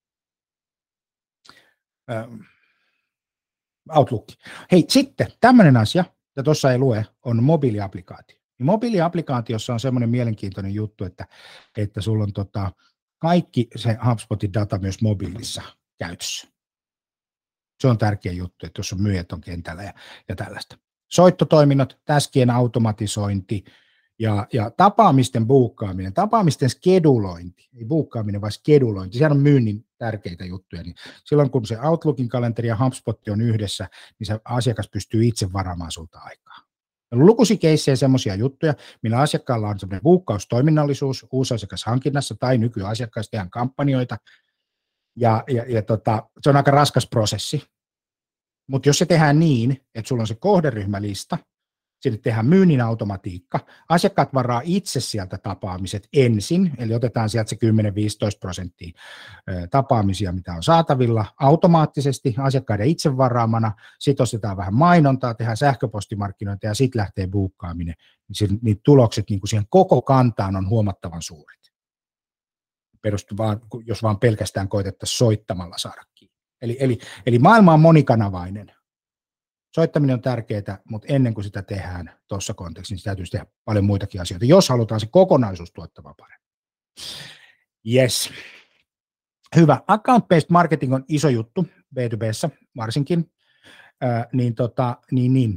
ää, Outlookiin. Hei, sitten tämmöinen asia, ja tuossa ei lue, on mobiiliaplikaatio. Ja mobiiliaplikaatiossa on semmoinen mielenkiintoinen juttu, että, että sulla on tota, kaikki se HubSpotin data myös mobiilissa käytössä. Se on tärkeä juttu, että jos on myyjät on kentällä ja, ja tällaista. Soittotoiminnot, taskien automatisointi ja, ja tapaamisten buukkaaminen, tapaamisten skedulointi, ei buukkaaminen, vaan skedulointi, siellä on myynnin tärkeitä juttuja. Niin silloin kun se Outlookin kalenteri ja HubSpot on yhdessä, niin se asiakas pystyy itse varaamaan sulta aikaa. On lukuisia keissejä semmoisia juttuja, millä asiakkaalla on semmoinen buukkaustoiminnallisuus uusasiakashankinnassa tai nykyasiakkaissa tehdään kampanjoita, ja, ja, ja tota, se on aika raskas prosessi. Mutta jos se tehdään niin, että sulla on se kohderyhmälista, sinne tehdään myynnin automatiikka, asiakkaat varaa itse sieltä tapaamiset ensin, eli otetaan sieltä se kymmenen viisitoista prosenttia tapaamisia, mitä on saatavilla automaattisesti asiakkaiden itse varaamana, sitten ostetaan vähän mainontaa, tehdään sähköpostimarkkinointia ja sitten lähtee buukkaaminen, niin, niin tulokset niin kuin siihen koko kantaan on huomattavan suuret. Perustu vaan, jos vaan pelkästään koitettaisiin soittamalla saada kiinni. Eli, eli, eli maailma on monikanavainen. Soittaminen on tärkeää, mutta ennen kuin sitä tehdään tuossa kontekstissa, niin täytyy tehdä paljon muitakin asioita, jos halutaan se kokonaisuus tuottava paremmin. Yes. Hyvä. Account-based marketing on iso juttu B two B:ssä varsinkin. Äh, niin, tota, niin, niin.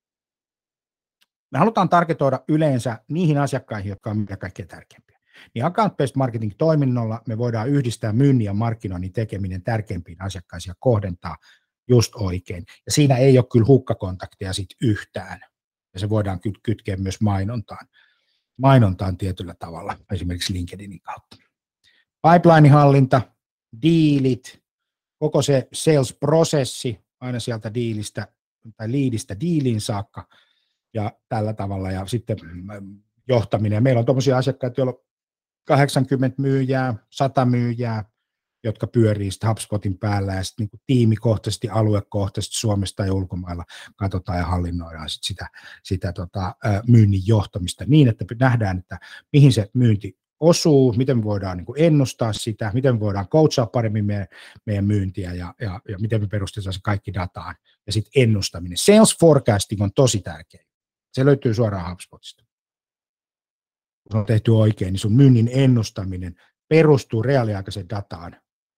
Me halutaan targetoida yleensä niihin asiakkaihin, jotka on mitä kaikkein tärkeimpiä. Niin account-based marketing-toiminnolla me voidaan yhdistää myynnin ja markkinoinnin tekeminen tärkeimpiin asiakkaisiin ja kohdentaa just oikein. Ja siinä ei ole kyllä hukkakontakteja sit yhtään. Ja se voidaan kytkeä myös mainontaan. mainontaan tietyllä tavalla, esimerkiksi LinkedInin kautta. Pipeline-hallinta, diilit, koko se sales-prosessi, aina sieltä diilistä tai liidistä diiliin saakka, ja tällä tavalla, ja sitten johtaminen. Meillä on tuommoisia asiakkaita, joilla on kahdeksankymmentä myyjää, sata myyjää, jotka pyörii sitten HubSpotin päällä, ja sitten niin tiimikohtaisesti, aluekohtaisesti Suomesta ja ulkomailla katsotaan ja hallinnoidaan sit sitä, sitä tota, myynnin johtamista niin, että nähdään, että mihin se myynti osuu, miten me voidaan niin kuin ennustaa sitä, miten me voidaan coachaa paremmin meidän, meidän myyntiä ja, ja, ja miten me perustetaan se kaikki dataan ja sitten ennustaminen. Sales forecasting on tosi tärkeä. Se löytyy suoraan HubSpotista. Kun se on tehty oikein, niin sun myynnin ennustaminen perustuu reaaliaikaiseen dataan,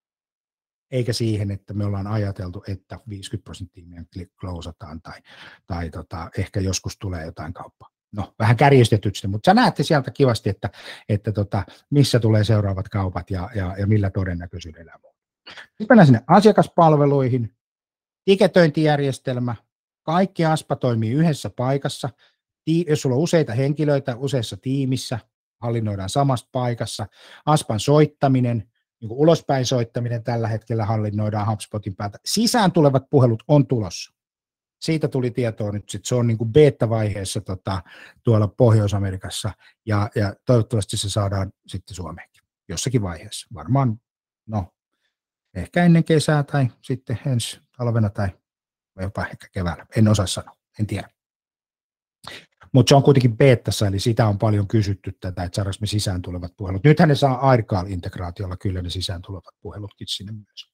eikä siihen, että me ollaan ajateltu, että viisikymmentä prosenttia meidän closataan tai, tai tota, ehkä joskus tulee jotain kauppaa. No, vähän kärjistetysti, mutta sä näette sieltä kivasti, että, että tota, missä tulee seuraavat kaupat ja, ja, ja millä todennäköisyydellä. Sitten mennään sinne asiakaspalveluihin, tiketöintijärjestelmä, kaikki Aspa toimii yhdessä paikassa. Jos sulla on useita henkilöitä useassa tiimissä, hallinnoidaan samassa paikassa. Aspan soittaminen, niin kuin ulospäin soittaminen tällä hetkellä hallinnoidaan HubSpotin päältä. Sisään tulevat puhelut on tulossa. Siitä tuli tietoa nyt, että se on niin kuin beta-vaiheessa tota, tuolla Pohjois-Amerikassa, ja, ja toivottavasti se saadaan sitten Suomeenkin jossakin vaiheessa. Varmaan, no, ehkä ennen kesää tai sitten ensi talvena tai jopa ehkä keväällä. En osaa sanoa, en tiedä. Mutta se on kuitenkin beetassa, eli sitä on paljon kysytty tätä, että saadaanko me sisään tulevat puhelut. Nythän ne saa Aircall-integraatiolla kyllä ne sisään tulevat puhelutkin sinne myös.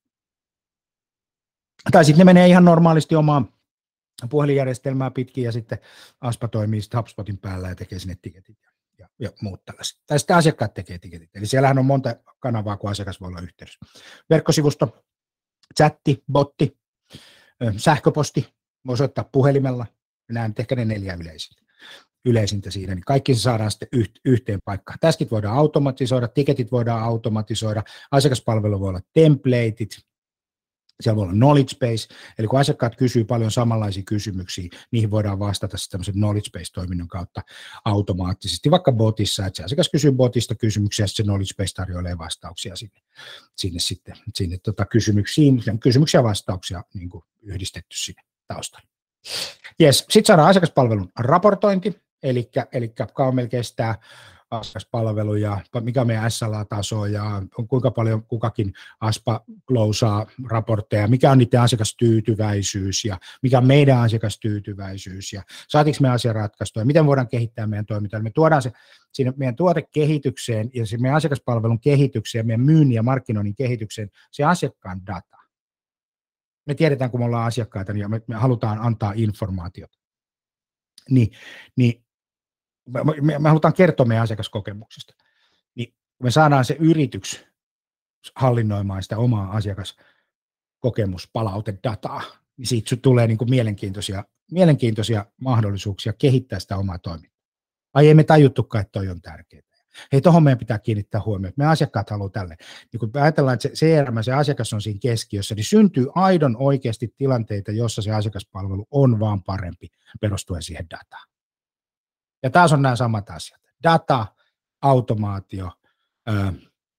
Tai sitten ne menee ihan normaalisti omaan puhelinjärjestelmää pitkin, ja sitten Aspa toimii sitten HubSpotin päällä ja tekee sinne tiketit ja, ja, ja muut tällaiset. Tai sitten asiakkaat tekee tiketit. Eli siellähän on monta kanavaa, kun asiakas voi olla yhteydessä. Verkkosivusto, chatti, botti, sähköposti, voi soittaa puhelimella. Nämä nyt ehkä ne neljä yleisintä, yleisintä siinä, niin kaikki se saadaan sitten yhteen paikkaan. Täskit voidaan automatisoida, tiketit voidaan automatisoida, asiakaspalvelu voi olla templateit, siellä voi olla knowledge base, eli kun asiakkaat kysyy paljon samanlaisia kysymyksiä, niihin voidaan vastata tämmöisen knowledge base-toiminnon kautta automaattisesti, vaikka botissa, että se asiakas kysyy botista kysymyksiä, ja se knowledge base tarjoilee vastauksia sinne, sinne sitten, sinne tota kysymyksiin, kysymyksiä ja vastauksia niin kuin yhdistetty sinne taustalle. Yes. Sitten saadaan asiakaspalvelun raportointi, eli, eli kauan meillä kestää asiakaspalvelu ja mikä on meidän S L A-taso ja kuinka paljon kukakin Aspa closaa raportteja, mikä on niiden asiakastyytyväisyys ja mikä on meidän asiakastyytyväisyys ja saatiinko me asia ratkaistua ja miten voidaan kehittää meidän toimintaa. Me tuodaan se sinne meidän tuotekehitykseen ja se meidän asiakaspalvelun kehitykseen ja meidän myynnin ja markkinoinnin kehitykseen se asiakkaan data. Me tiedetään, kun me ollaan asiakkaita, niin me, me halutaan antaa informaatiota. Niin, niin me, me, me halutaan kertoa meidän asiakaskokemuksesta. Niin me saadaan se yritys hallinnoimaan sitä omaa asiakaskokemuspalautedataa, niin siitä tulee niin kuin mielenkiintoisia, mielenkiintoisia mahdollisuuksia kehittää sitä omaa toimintaa. Ai ei me tajuttukaan, että toi on tärkeää. Hei, tuohon meidän pitää kiinnittää huomioon. Me asiakkaat haluaa tälle. Niin kun ajatellaan, että se C R M, se asiakas on siinä keskiössä, niin syntyy aidon oikeasti tilanteita, jossa se asiakaspalvelu on vaan parempi perustuen siihen dataan. Ja taas on nämä samat asiat. Data, automaatio, ää,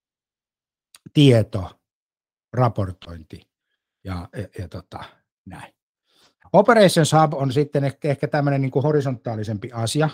tieto, raportointi ja, ja, ja tota, näin. Operations Hub on sitten ehkä, ehkä tämmöinen niin kuin horisontaalisempi asia,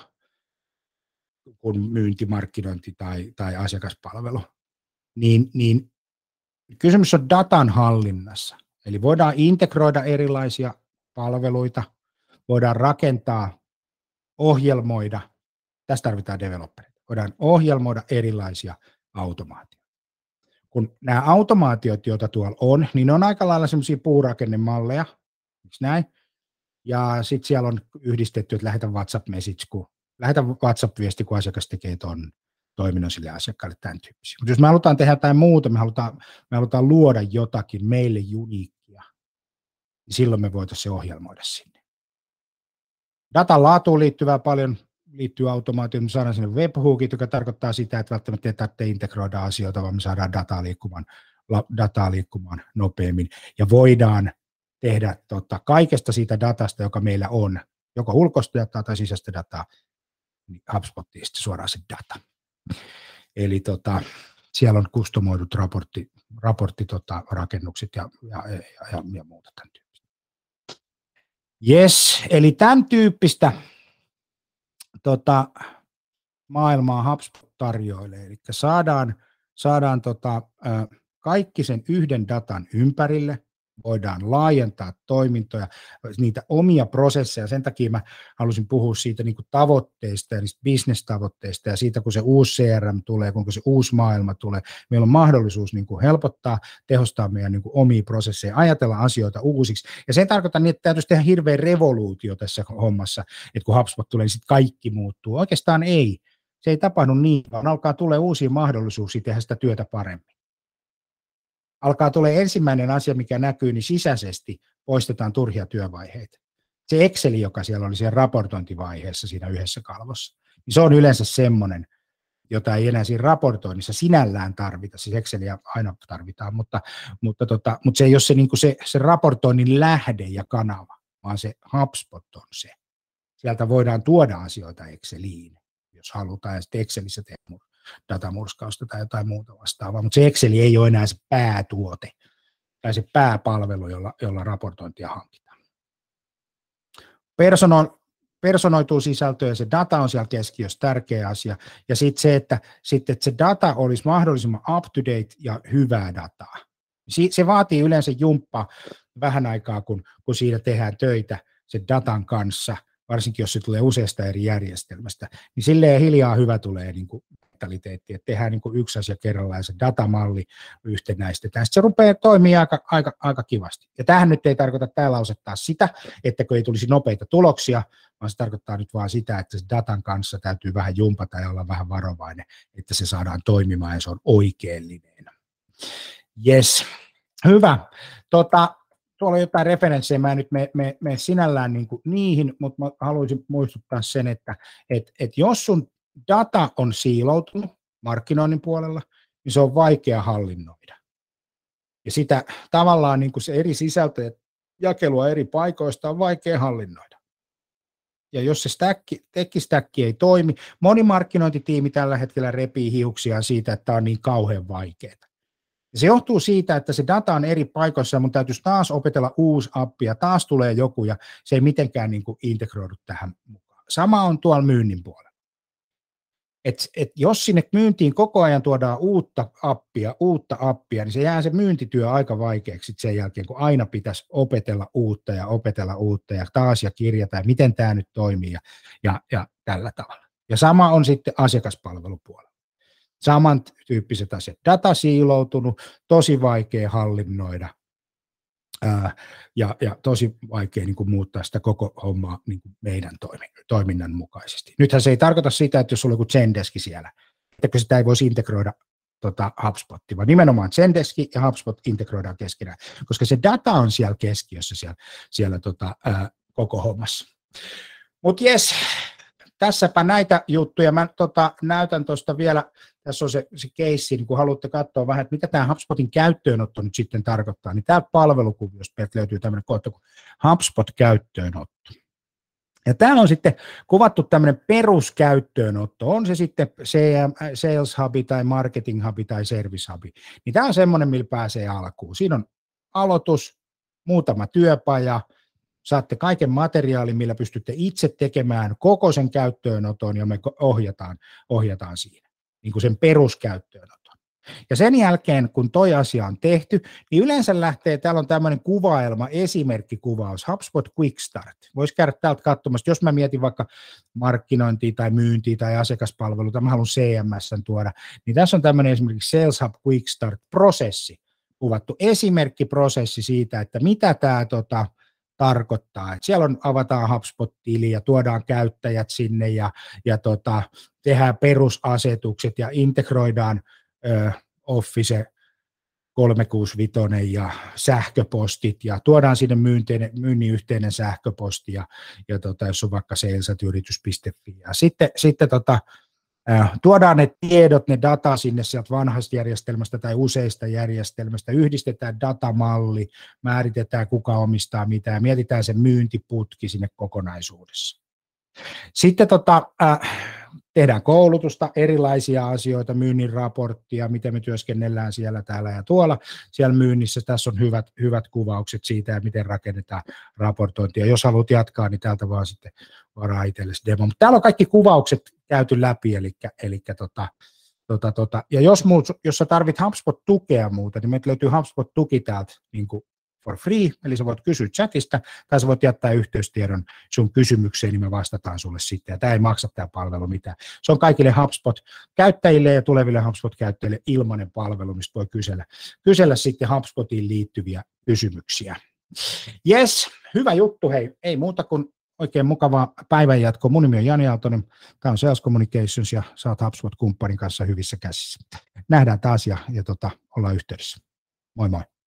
kuin myynti, markkinointi tai, tai asiakaspalvelu, niin, niin kysymys on datan hallinnassa. Eli voidaan integroida erilaisia palveluita, voidaan rakentaa, ohjelmoida, tässä tarvitaan developereita, voidaan ohjelmoida erilaisia automaatioita. Kun nämä automaatiot, joita tuolla on, niin ne on aika lailla semmoisia puurakennemalleja, näin? Ja sitten siellä on yhdistetty, että lähetä WhatsApp-message, kun lähetä WhatsApp-viesti, kun asiakas tekee tuon toiminnon sille asiakkaalle, tämän tyyppisiä. Mutta jos me halutaan tehdä jotain muuta, me halutaan, me halutaan luoda jotakin meille uniikkia, niin silloin me voitaisiin se ohjelmoida sinne. Datan laatuun liittyvää paljon liittyy automaatioon, me saadaan sinne webhookit, joka tarkoittaa sitä, että välttämättä ei tarvitse integroida asioita, vaan me saadaan dataa liikkumaan, dataa liikkumaan nopeammin, ja voidaan tehdä tota, kaikesta siitä datasta, joka meillä on, joko ulkoista dataa tai sisäistä dataa, niin HubSpotiin sitten suoraan se data. Eli tota, siellä on kustomoidut raportti, raportti tota, rakennukset ja, ja, ja, ja, ja muuta tämän tyyppistä. Yes, eli tämän tyyppistä tota, maailmaa HubSpot tarjoilee. Eli saadaan, saadaan tota, kaikki sen yhden datan ympärille, voidaan laajentaa toimintoja, niitä omia prosesseja. Sen takia mä halusin puhua siitä niin kuin tavoitteista ja niistä business-tavoitteista ja siitä, kun se uusi C R M tulee, kun se uusi maailma tulee. Meillä on mahdollisuus niin kuin helpottaa, tehostaa meidän niin kuin omia prosesseja, ajatella asioita uusiksi. Ja se tarkoittaa niin, että täytyisi tehdä hirveä revoluutio tässä hommassa, että kun HubSpot tulee, niin sitten kaikki muuttuu. Oikeastaan ei. Se ei tapahdu niin, vaan alkaa tulla uusia mahdollisuuksia tehdä sitä työtä paremmin. Alkaa tulee ensimmäinen asia, mikä näkyy, niin sisäisesti poistetaan turhia työvaiheita. Se Exceli, joka siellä oli siellä raportointivaiheessa siinä yhdessä kalvossa, niin se on yleensä semmoinen, jota ei enää siinä raportoinnissa sinällään tarvita. Siis Exceliä aina tarvitaan, mutta, mutta, tota, mutta se ei ole se, niin kuin se, se raportoinnin lähde ja kanava, vaan se HubSpot on se. Sieltä voidaan tuoda asioita Exceliin, jos halutaan, ja sitten Excelissä tehdään datamurskausta tai jotain muuta vastaavaa, mutta se Excel ei ole enää se päätuote tai se pääpalvelu, jolla, jolla raportointia hankitaan. Persono, personoituu sisältö ja se data on siellä keskiössä tärkeä asia, ja sitten se, että, sit, että se data olisi mahdollisimman up-to-date ja hyvää dataa. Se vaatii yleensä jumppaa vähän aikaa, kun, kun siinä tehdään töitä sen datan kanssa, varsinkin jos se tulee useasta eri järjestelmästä, niin silleen hiljaa hyvä tulee niin kuin mentaliteetti, että tehdään niin kuin yksi asia kerrallaan ja se datamalli yhtenäistetään. Sitten se rupeaa toimia aika, aika, aika kivasti. Ja tämähän nyt ei tarkoita tämä lause taas sitä, että kun ei tulisi nopeita tuloksia, vaan se tarkoittaa nyt vaan sitä, että se datan kanssa täytyy vähän jumpata ja olla vähän varovainen, että se saadaan toimimaan ja se on oikeellinen. Yes, hyvä. Tota, tuolla on jotain referenssejä, mä en nyt mene me, me sinällään niin kuin niihin, mutta mä haluaisin muistuttaa sen, että et, et jos sun data on siiloutunut markkinoinnin puolella, niin se on vaikea hallinnoida. Ja sitä tavallaan niin kuin se eri sisältöjä jakelua eri paikoista on vaikea hallinnoida. Ja jos se tekkistäkki ei toimi, moni markkinointitiimi tällä hetkellä repii hiuksiaan siitä, että tämä on niin kauhean vaikeaa. Ja se johtuu siitä, että se data on eri paikoissa ja mun täytyisi taas opetella uusi appi ja taas tulee joku ja se ei mitenkään niin kuin integroidu tähän mukaan. Sama on tuolla myynnin puolella. Et, et jos sinne myyntiin koko ajan tuodaan uutta appia, uutta appia, niin se jää se myyntityö aika vaikeaksi sen jälkeen, kun aina pitäisi opetella uutta ja opetella uutta ja taas ja kirjata ja miten tämä nyt toimii ja, ja, ja tällä tavalla. Ja sama on sitten asiakaspalvelupuolella. Samantyyppiset asiat. Data siiloutunut, tosi vaikea hallinnoida ää, ja, ja tosi vaikea niin kuin muuttaa sitä koko hommaa niin kuin meidän toiminnan mukaisesti. Nythän se ei tarkoita sitä, että jos sulla on joku Zendeski siellä, että sitä ei voisi integroida tota, HubSpotiin, vaan nimenomaan Zendeski ja HubSpot integroidaan keskenään, koska se data on siellä keskiössä siellä, siellä tota, ää, koko hommassa. Mutta jes, tässäpä näitä juttuja. Mä tota, näytän tuosta vielä, tässä on se, se keissi, niin kun haluatte katsoa vähän, että mitä tämä HubSpotin käyttöönotto nyt sitten tarkoittaa, niin tämä palvelukuviosta löytyy tämmöinen kohta kuin HubSpot-käyttöönotto. Ja täällä on sitten kuvattu tämmöinen peruskäyttöönotto, on se sitten Sales Hubi tai Marketing Hubi tai Service Hubi, niin tämä on semmoinen, millä pääsee alkuun. Siinä on aloitus, muutama työpaja, saatte kaiken materiaalin, millä pystytte itse tekemään koko sen käyttöönoton ja me ohjataan, ohjataan siinä, niin kuin sen peruskäyttöönoton. Ja sen jälkeen, kun toi asia on tehty, niin yleensä lähtee, täällä on tämmöinen kuvaelma, esimerkkikuvaus, HubSpot Quick Start. Voisi käydä täältä katsomassa, jos mä mietin vaikka markkinointia tai myyntiä tai asiakaspalvelua, mä haluan C M S:n tuoda, niin tässä on tämmöinen esimerkiksi Sales Hub Quick Start-prosessi, kuvattu esimerkkiprosessi siitä, että mitä tämä tota, tarkoittaa. Et siellä on, avataan HubSpot-tili ja tuodaan käyttäjät sinne ja, ja tota, tehdään perusasetukset ja integroidaan ö, Office kolmesataakuusikymmentäviisi ja sähköpostit ja tuodaan sinne myynteinen, myynnin yhteinen sähköposti ja, ja tota, jos on vaikka sales.yritys piste fi ja sitten, sitten tota, tuodaan ne tiedot, ne data sinne sieltä vanhasta järjestelmästä tai useista järjestelmästä, yhdistetään datamalli, määritetään kuka omistaa mitä ja mietitään se myyntiputki sinne kokonaisuudessa. Sitten tota, äh, tehdään koulutusta, erilaisia asioita, myynnin raporttia, miten me työskennellään siellä, täällä ja tuolla. Siellä myynnissä tässä on hyvät, hyvät kuvaukset siitä, miten rakennetaan raportointia. Jos haluat jatkaa, niin täältä vaan sitten varaa itsellesi demo. Mutta täällä on kaikki kuvaukset käyty läpi, eli, eli tota, tota, tota. ja jos, muut, jos sä tarvit HubSpot-tukea muuta, niin meiltä löytyy HubSpot-tuki täältä niin kuin for free, eli sä voit kysyä chatista, tai sä voit jättää yhteystiedon sun kysymykseen, niin me vastataan sulle sitten, ja tämä ei maksa tämä palvelu mitään. Se on kaikille HubSpot-käyttäjille ja tuleville HubSpot-käyttäjille ilmainen palvelu, mistä voi kysellä, kysellä sitten HubSpotiin liittyviä kysymyksiä. Jes, hyvä juttu, hei, ei muuta kuin oikein mukavaa päivänjatkoa. Mun nimi on Jani Aaltonen, tämä on Sales Communications, ja sä oot HubSpot-kumppanin kanssa hyvissä käsissä. Nähdään taas, ja, ja tota, ollaan yhteydessä. Moi moi.